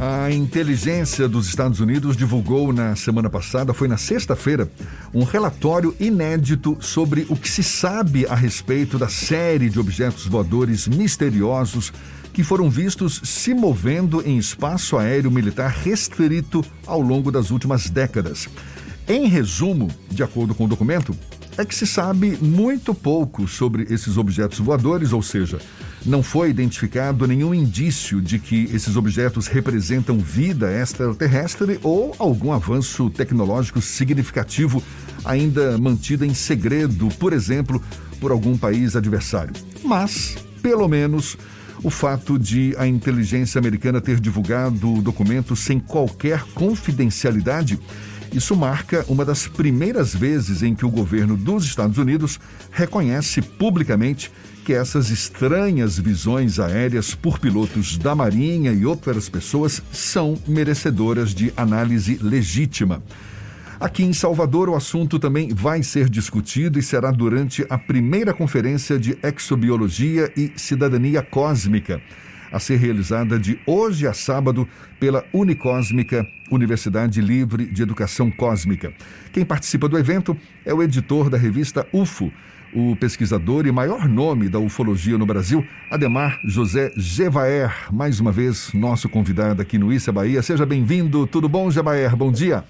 A inteligência dos Estados Unidos divulgou na semana passada, foi na sexta-feira, um relatório inédito sobre o que se sabe a respeito da série de objetos voadores misteriosos que foram vistos se movendo em espaço aéreo militar restrito ao longo das últimas décadas. Em resumo, de acordo com o documento, é que se sabe muito pouco sobre esses objetos voadores, ou seja, não foi identificado nenhum indício de que esses objetos representam vida extraterrestre ou algum avanço tecnológico significativo ainda mantido em segredo, por exemplo, por algum país adversário. Mas, pelo menos, o fato de a inteligência americana ter divulgado o documento sem qualquer confidencialidade, isso marca uma das primeiras vezes em que o governo dos Estados Unidos reconhece publicamente que essas estranhas visões aéreas por pilotos da Marinha e outras pessoas são merecedoras de análise legítima. Aqui em Salvador, o assunto também vai ser discutido e será durante a primeira conferência de Exobiologia e Cidadania Cósmica, a ser realizada de hoje a sábado pela Unicósmica, Universidade Livre de Educação Cósmica. Quem participa do evento é o editor da revista UFO, o pesquisador e maior nome da ufologia no Brasil, Ademar José Gevaer, mais uma vez nosso convidado aqui no Issa Bahia. Seja bem-vindo. Tudo bom, Gevaer? Bom dia.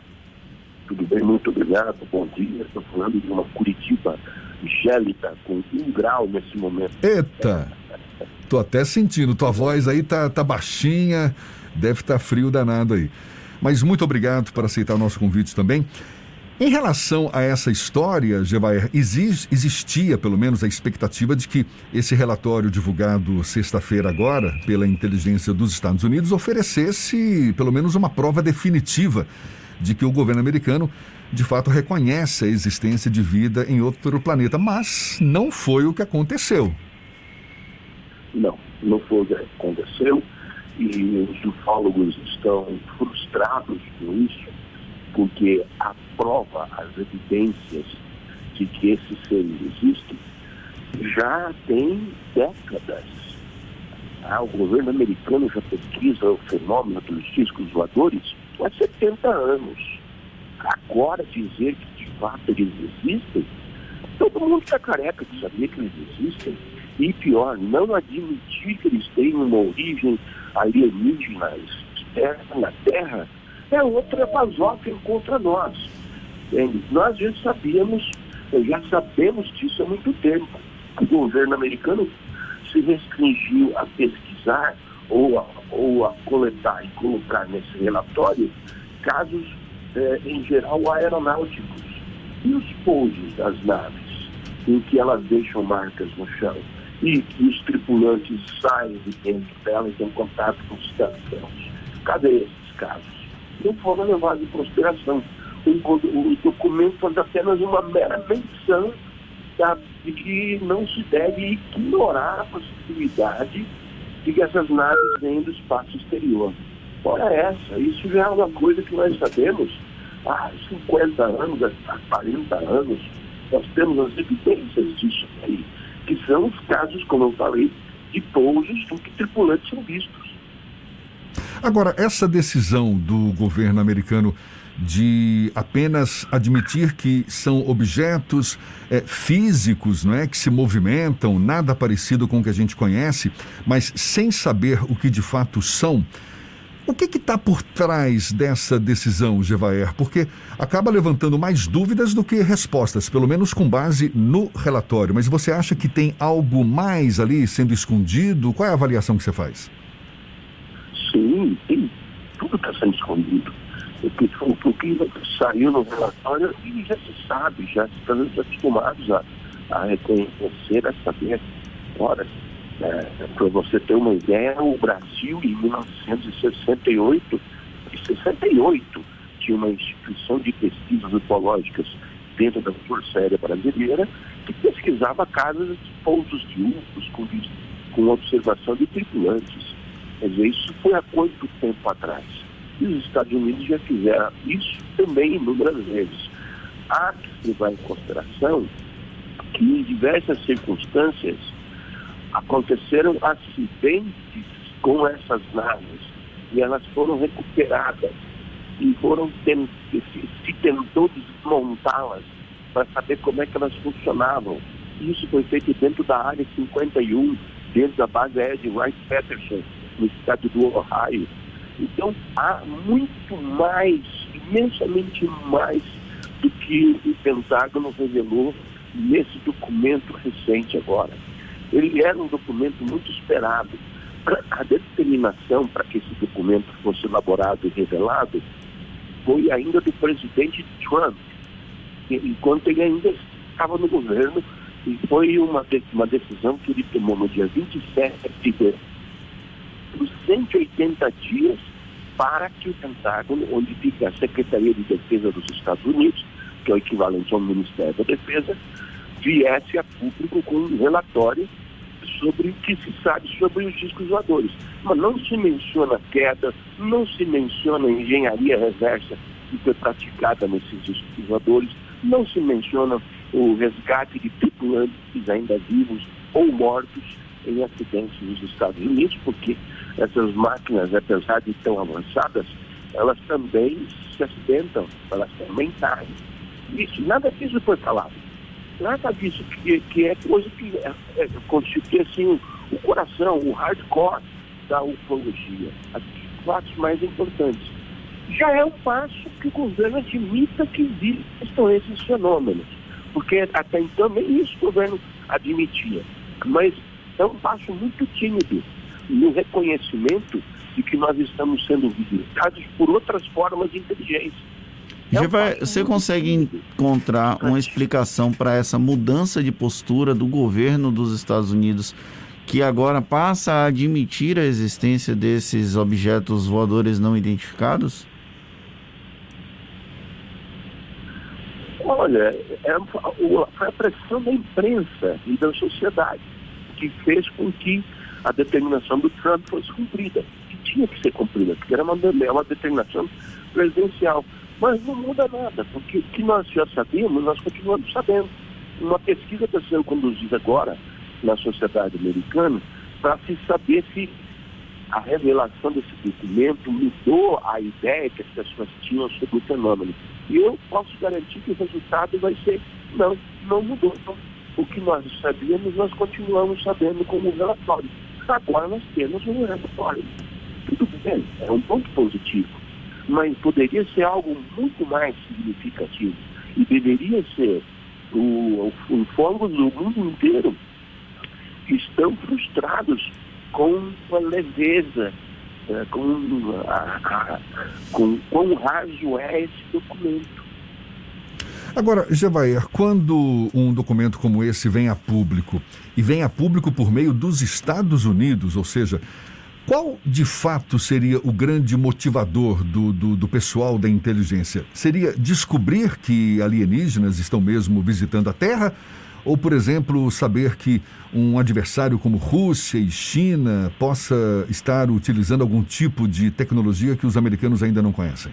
Tudo bem, muito obrigado. Bom dia. Estou falando de uma Curitiba gélida, com 1 grau nesse momento. Eita! Tô até sentindo, tua voz aí tá baixinha, deve estar frio danado aí. Mas muito obrigado por aceitar o nosso convite também. Em relação a essa história, Gevaer, existia pelo menos a expectativa de que esse relatório divulgado sexta-feira agora pela inteligência dos Estados Unidos oferecesse pelo menos uma prova definitiva de que o governo americano de fato reconhece a existência de vida em outro planeta, mas não foi o que aconteceu. Não foi o que aconteceu, e os ufólogos estão frustrados com isso, porque a prova, as evidências de que esses seres existem já tem décadas. O governo americano já pesquisa o fenômeno dos discos voadores há 70 anos. Agora dizer que de fato eles existem, todo mundo está careca de saber que eles existem. E pior, não admitir que eles têm uma origem alienígena externa na Terra é outra basófia contra nós. Entende? Nós já sabemos disso há muito tempo. O governo americano se restringiu a pesquisar ou a coletar e colocar nesse relatório casos, em geral, aeronáuticos. E os pousos das naves, em que elas deixam marcas no chão e que os tripulantes saem de dentro delas em contato com os cidadãos. Cadê esses casos? Não foram levados em consideração. O documento faz apenas uma mera menção de que não se deve ignorar a possibilidade de que essas naves venham do espaço exterior. Ora essa, isso já é uma coisa que nós sabemos há 50 anos, há 40 anos. Nós temos as evidências disso aí, que são os casos, como eu falei, de pousos em que tripulantes são vistos. Agora, essa decisão do governo americano de apenas admitir que são objetos físicos, não é, que se movimentam, nada parecido com o que a gente conhece, mas sem saber o que de fato são, o que está por trás dessa decisão, Gevaer? Porque acaba levantando mais dúvidas do que respostas, pelo menos com base no relatório. Mas você acha que tem algo mais ali sendo escondido? Qual é a avaliação que você faz? Sim, tudo está sendo escondido. O que saiu no relatório e já se sabe, já estamos acostumados a reconhecer, a saber. Ora, para você ter uma ideia, o Brasil em 1968 tinha uma instituição de pesquisas ufológicas dentro da Força Aérea Brasileira que pesquisava casas de pousos de UFOs com observação de tripulantes. Quer dizer, isso foi há quanto tempo atrás? E os Estados Unidos já fizeram isso também inúmeras vezes. Há que levar em consideração que em diversas circunstâncias aconteceram acidentes com essas naves e elas foram recuperadas e se tentou desmontá-las para saber como é que elas funcionavam. Isso foi feito dentro da Área 51, dentro da base aérea de Wright-Patterson, no estado do Ohio. Então, há muito mais, imensamente mais, do que o Pentágono revelou nesse documento recente agora. Ele era um documento muito esperado. A determinação para que esse documento fosse elaborado e revelado foi ainda do presidente Trump, enquanto ele ainda estava no governo, e foi uma decisão que ele tomou no dia 27 de dezembro, por 180 dias, para que o Pentágono, onde fica a Secretaria de Defesa dos Estados Unidos, que é o equivalente ao Ministério da Defesa, viesse a público com um relatório sobre o que se sabe sobre os discos voadores. Mas não se menciona queda, não se menciona engenharia reversa que foi praticada nesses discos voadores, não se menciona o resgate de tripulantes ainda vivos ou mortos em acidentes nos Estados Unidos, porque essas máquinas, apesar de tão avançadas, elas também se acidentam, elas também caem. Isso, nada disso foi falado. Nada disso que é coisa que constitui assim, o coração, o hardcore da ufologia. Os fatos mais importantes. Já é um passo que o governo admita que existam esses fenômenos. Porque até então nem isso o governo admitia. Mas é um passo muito tímido no reconhecimento de que nós estamos sendo visitados por outras formas de inteligência. Você consegue encontrar uma explicação para essa mudança de postura do governo dos Estados Unidos, que agora passa a admitir a existência desses objetos voadores não identificados? Olha, foi a pressão da imprensa e da sociedade que fez com que a determinação do Trump fosse cumprida, que tinha que ser cumprida, porque era uma determinação presidencial. Mas não muda nada, porque o que nós já sabíamos, nós continuamos sabendo. Uma pesquisa está sendo conduzida agora na sociedade americana para se saber se a revelação desse documento mudou a ideia que as pessoas tinham sobre o fenômeno. E eu posso garantir que o resultado vai ser, não mudou. Então, o que nós sabíamos, nós continuamos sabendo como relatório. Agora nós temos um relatório. Tudo bem, é um ponto positivo. Mas poderia ser algo muito mais significativo. E deveria ser os ufólogos do mundo inteiro que estão frustrados com a leveza, com quão raso é esse documento. Agora, Gevair, quando um documento como esse vem a público, e vem a público por meio dos Estados Unidos, ou seja, qual de fato seria o grande motivador do pessoal da inteligência? Seria descobrir que alienígenas estão mesmo visitando a Terra? Ou, por exemplo, saber que um adversário como Rússia e China possa estar utilizando algum tipo de tecnologia que os americanos ainda não conhecem?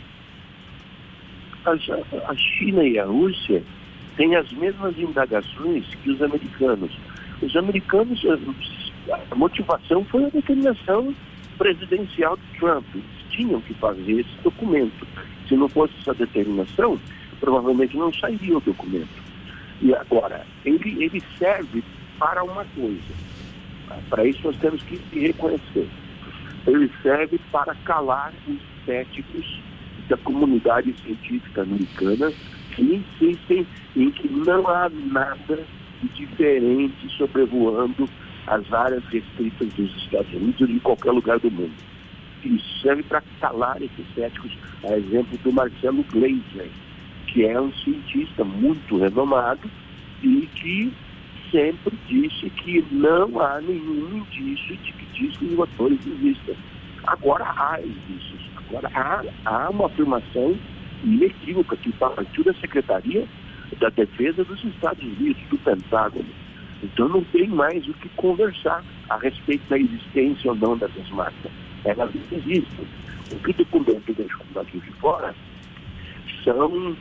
A China e a Rússia têm as mesmas indagações que os americanos. Os americanos, a motivação foi a determinação presidencial de Trump. Eles tinham que fazer esse documento. Se não fosse essa determinação, provavelmente não sairia o documento. E agora, ele serve para uma coisa. Para isso nós temos que reconhecer. Ele serve para calar os céticos da comunidade científica americana que insistem em que não há nada de diferente sobrevoando as áreas restritas dos Estados Unidos ou de qualquer lugar do mundo. Isso serve para calar esses céticos, a exemplo do Marcelo Gleiser, que é um cientista muito renomado e que sempre disse que não há nenhum indício de que discos voadores existam. Agora há indícios, agora há uma afirmação inequívoca que partiu da Secretaria da Defesa dos Estados Unidos, do Pentágono. Então não tem mais o que conversar a respeito da existência ou não dessas máquinas. Elas existem. O que o documento deixa aqui de fora são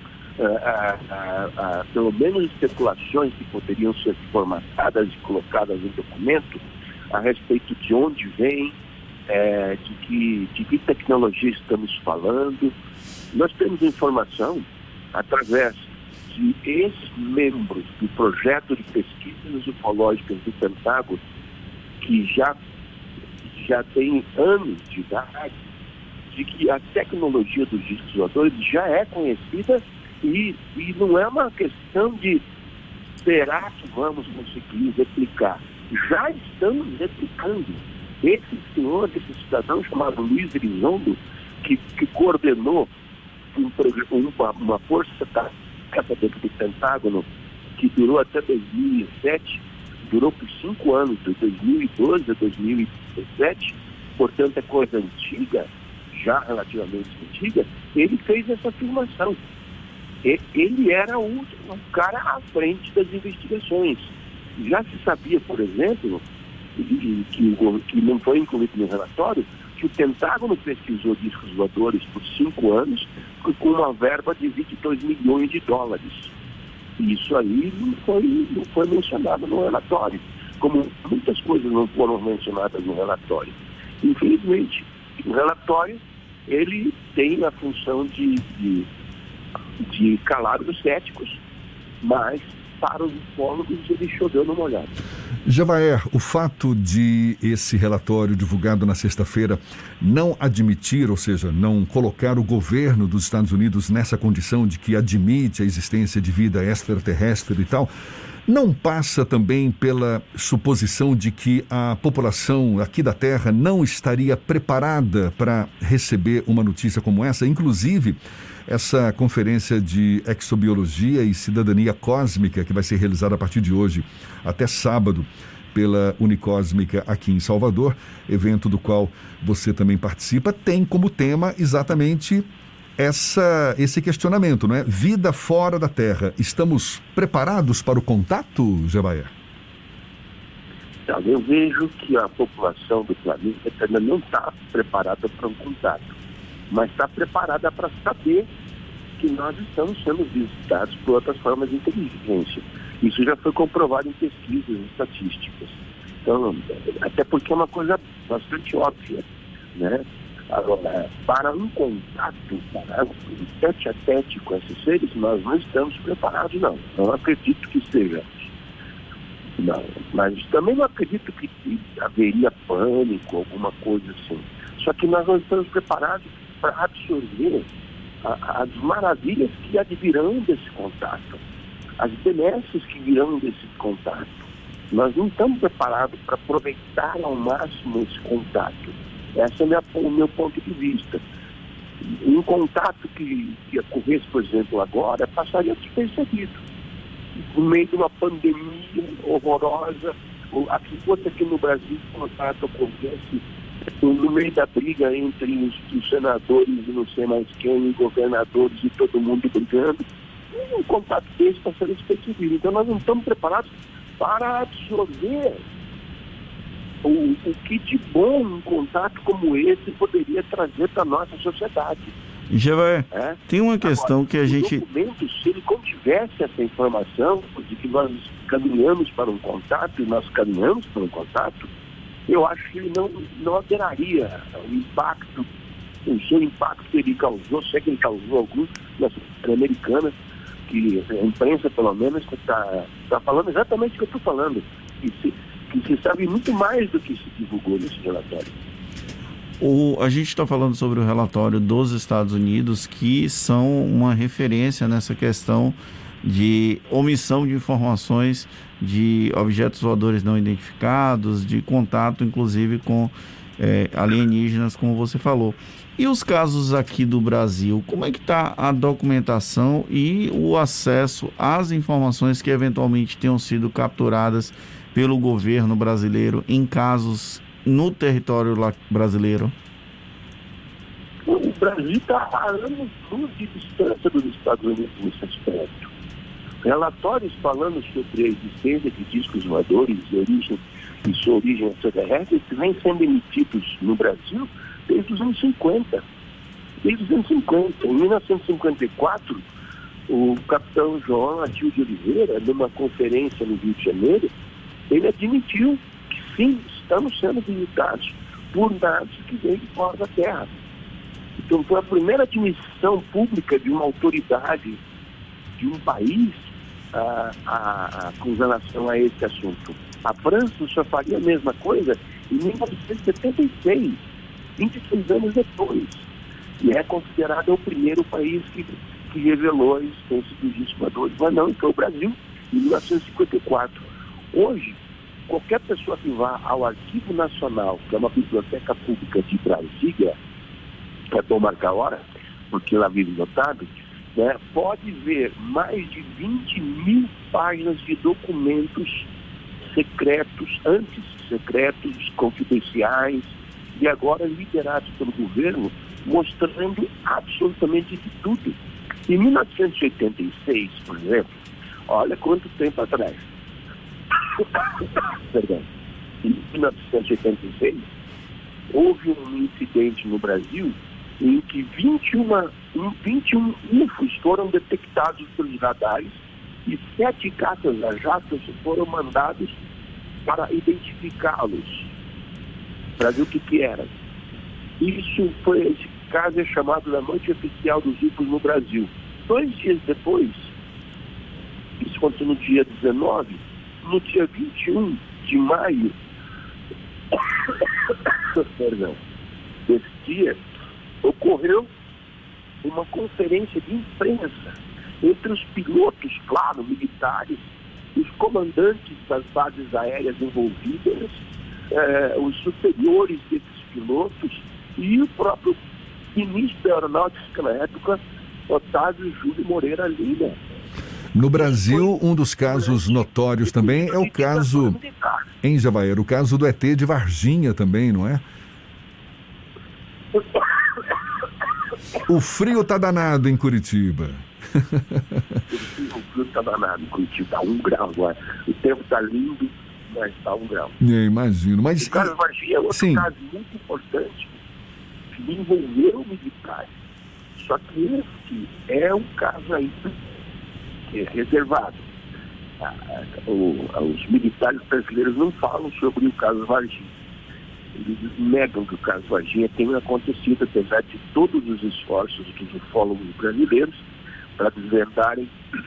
pelo menos especulações que poderiam ser formatadas e colocadas no documento a respeito de onde vem, de que tecnologia estamos falando. Nós temos informação através de ex-membros do projeto de pesquisas ufológicas do Pentágono, que já tem anos de idade, de que a tecnologia dos discos voadores já é conhecida e não é uma questão de será que vamos conseguir replicar. Já estamos replicando. Esse senhor, esse cidadão chamado Luiz Elizondo, que coordenou uma força-tarefa dentro do Pentágono, que durou até 2007, durou por 5 anos, de 2012 a 2017, portanto é coisa antiga, já relativamente antiga. Ele fez essa afirmação. Ele era o cara à frente das investigações. Já se sabia, por exemplo, que não foi incluído no relatório, que o Pentágono pesquisou discos voadores por 5 anos com uma verba de 22 milhões de dólares. Isso aí não foi mencionado no relatório, como muitas coisas não foram mencionadas no relatório. Infelizmente, o relatório ele tem a função de calar os céticos, mas para os ufólogos ele deixou dando uma olhada. Javaer, o fato de esse relatório divulgado na sexta-feira não admitir, ou seja, não colocar o governo dos Estados Unidos nessa condição de que admite a existência de vida extraterrestre e tal, não passa também pela suposição de que a população aqui da Terra não estaria preparada para receber uma notícia como essa? Inclusive, essa conferência de exobiologia e cidadania cósmica que vai ser realizada a partir de hoje até sábado pela Unicósmica aqui em Salvador, evento do qual você também participa, tem como tema exatamente esse questionamento, não é? Vida fora da Terra. Estamos preparados para o contato, Javaer? Eu vejo que a população do planeta ainda não está preparada para um contato, mas está preparada para saber que nós estamos sendo visitados por outras formas de inteligência. Isso já foi comprovado em pesquisas estatísticas. Então, até porque é uma coisa bastante óbvia, né? Agora, para um contato, para um tete a tete com esses seres, nós não estamos preparados, não. Não acredito que sejamos. Não, mas também não acredito que haveria pânico, alguma coisa assim. Só que nós não estamos preparados para absorver as maravilhas que advirão desse contato, as benesses que virão desse contato. Nós não estamos preparados para aproveitar ao máximo esse contato. Esse é o meu ponto de vista. Um contato que ocorresse, por exemplo, agora, passaria despercebido. No meio de uma pandemia horrorosa, se fosse aqui no Brasil, o contato ocorresse no meio da briga entre os senadores e não sei mais quem, os governadores e todo mundo brigando, um contato desse passaria despercebido. Então nós não estamos preparados para absorver o que de bom um contato como esse poderia trazer para a nossa sociedade. Javaer, tem uma questão agora, que a gente... documento, se ele contivesse essa informação de que nós caminhamos para um contato, e nós caminhamos para um contato, eu acho que ele não alteraria o impacto, o seu impacto que ele causou, sei que ele causou algum na sociedade americana, que a imprensa, pelo menos, está falando exatamente o que eu estou falando, que se sabe muito mais do que se divulgou nesse relatório. A gente está falando sobre o relatório dos Estados Unidos, que são uma referência nessa questão de omissão de informações de objetos voadores não identificados, de contato, inclusive, com alienígenas, como você falou. E os casos aqui do Brasil, como é que está a documentação e o acesso às informações que eventualmente tenham sido capturadas pelo governo brasileiro em casos no território brasileiro? O Brasil está a anos de distância dos Estados Unidos nesse aspecto. Relatórios falando sobre a existência de discos voadores e sua origem extraterrestre vêm sendo emitidos no Brasil desde os anos 50. Desde os anos 50. Em 1954, o capitão João Atil de Oliveira, numa conferência no Rio de Janeiro, ele admitiu que sim, estamos sendo visitados por naves que vêm de fora da Terra. Então foi a primeira admissão pública de uma autoridade de um país com relação a esse assunto. A França só faria a mesma coisa em 1976, 26 anos depois. E é considerado o primeiro país que revelou a existência dos discos voadores. Mas não, então o Brasil, em 1954. Hoje, qualquer pessoa que vá ao Arquivo Nacional, que é uma biblioteca pública de Brasília, é bom marcar a hora, porque lá vive lotado, né, pode ver mais de 20 mil páginas de documentos secretos, antes secretos, confidenciais, e agora liderados pelo governo, mostrando absolutamente de tudo. Em 1986, por exemplo, olha quanto tempo atrás, perdão, em 1986, houve um incidente no Brasil em que 21 UFOs foram detectados pelos radares e 7 caças a jatos foram mandados para identificá-los, para ver o que era. Esse caso é chamado da Noite Oficial dos UFOs no Brasil. 2 dias depois, isso aconteceu no dia 19, no dia 21 de maio, perdão, desse dia, ocorreu uma conferência de imprensa entre os pilotos, claro, militares, os comandantes das bases aéreas envolvidas, os superiores desses pilotos e o próprio ministro da Aeronáutica na época, Otávio Júlio Moreira Lima. No Brasil, um dos casos notórios também é o caso, em Javaer, o caso do ET de Varginha também, não é? O frio tá danado em Curitiba. O frio tá danado em Curitiba, tá 1 grau agora. O tempo tá lindo, mas tá 1 grau. Imagino, mas... O caso Varginha é outro caso muito importante que envolveu militares. Só que esse é um caso ainda reservado. Os militares brasileiros não falam sobre o caso Varginha. Eles negam que o caso Varginha tenha acontecido, apesar de todos os esforços dos ufólogos brasileiros para desvendarem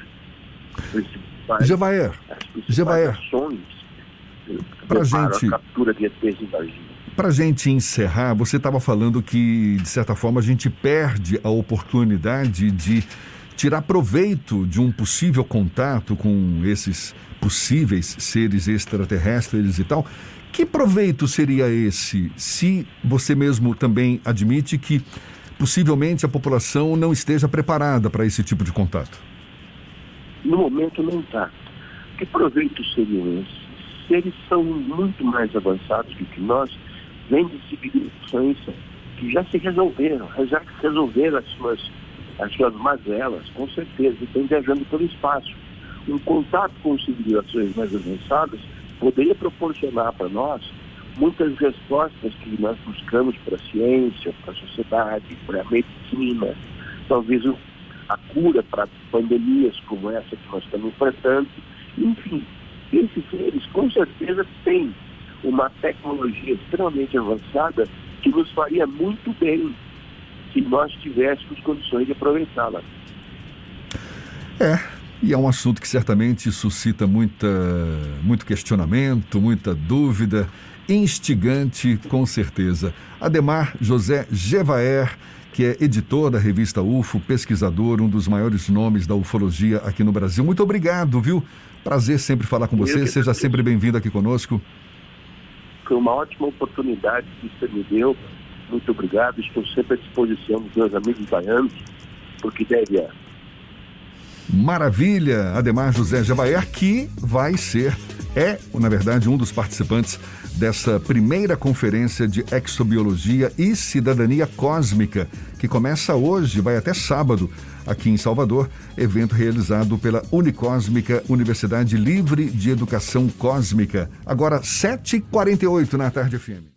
as principais ações para a captura de ETs em Varginha. Para a gente encerrar, você estava falando que, de certa forma, a gente perde a oportunidade de tirar proveito de um possível contato com esses possíveis seres extraterrestres e tal. Que proveito seria esse, se você mesmo também admite que possivelmente a população não esteja preparada para esse tipo de contato? No momento não está. Que proveitos seriam esses? Se eles são muito mais avançados do que nós, vêm de civilizações que já se resolveram, as suas mazelas, com certeza, e estão viajando pelo espaço. Um contato com civilizações mais avançadas poderia proporcionar para nós muitas respostas que nós buscamos para a ciência, para a sociedade, para a medicina, talvez a cura para pandemias como essa que nós estamos enfrentando. Enfim, esses seres com certeza têm uma tecnologia extremamente avançada que nos faria muito bem se nós tivéssemos condições de aproveitá-la. E é um assunto que certamente suscita muito questionamento, muita dúvida, instigante, com certeza. Ademar José Javaer, que é editor da revista UFO, pesquisador, um dos maiores nomes da ufologia aqui no Brasil. Muito obrigado, viu? Prazer sempre falar com você, seja sempre bem-vindo aqui conosco. Foi uma ótima oportunidade que você me deu. Muito obrigado, estou sempre à disposição dos meus amigos baianos, porque deve é. Maravilha! Ademar José Javaer, que vai ser, na verdade, um dos participantes dessa primeira conferência de exobiologia e cidadania cósmica, que começa hoje, vai até sábado, aqui em Salvador, evento realizado pela Unicósmica, Universidade Livre de Educação Cósmica. Agora, 7h48 na Tarde FM.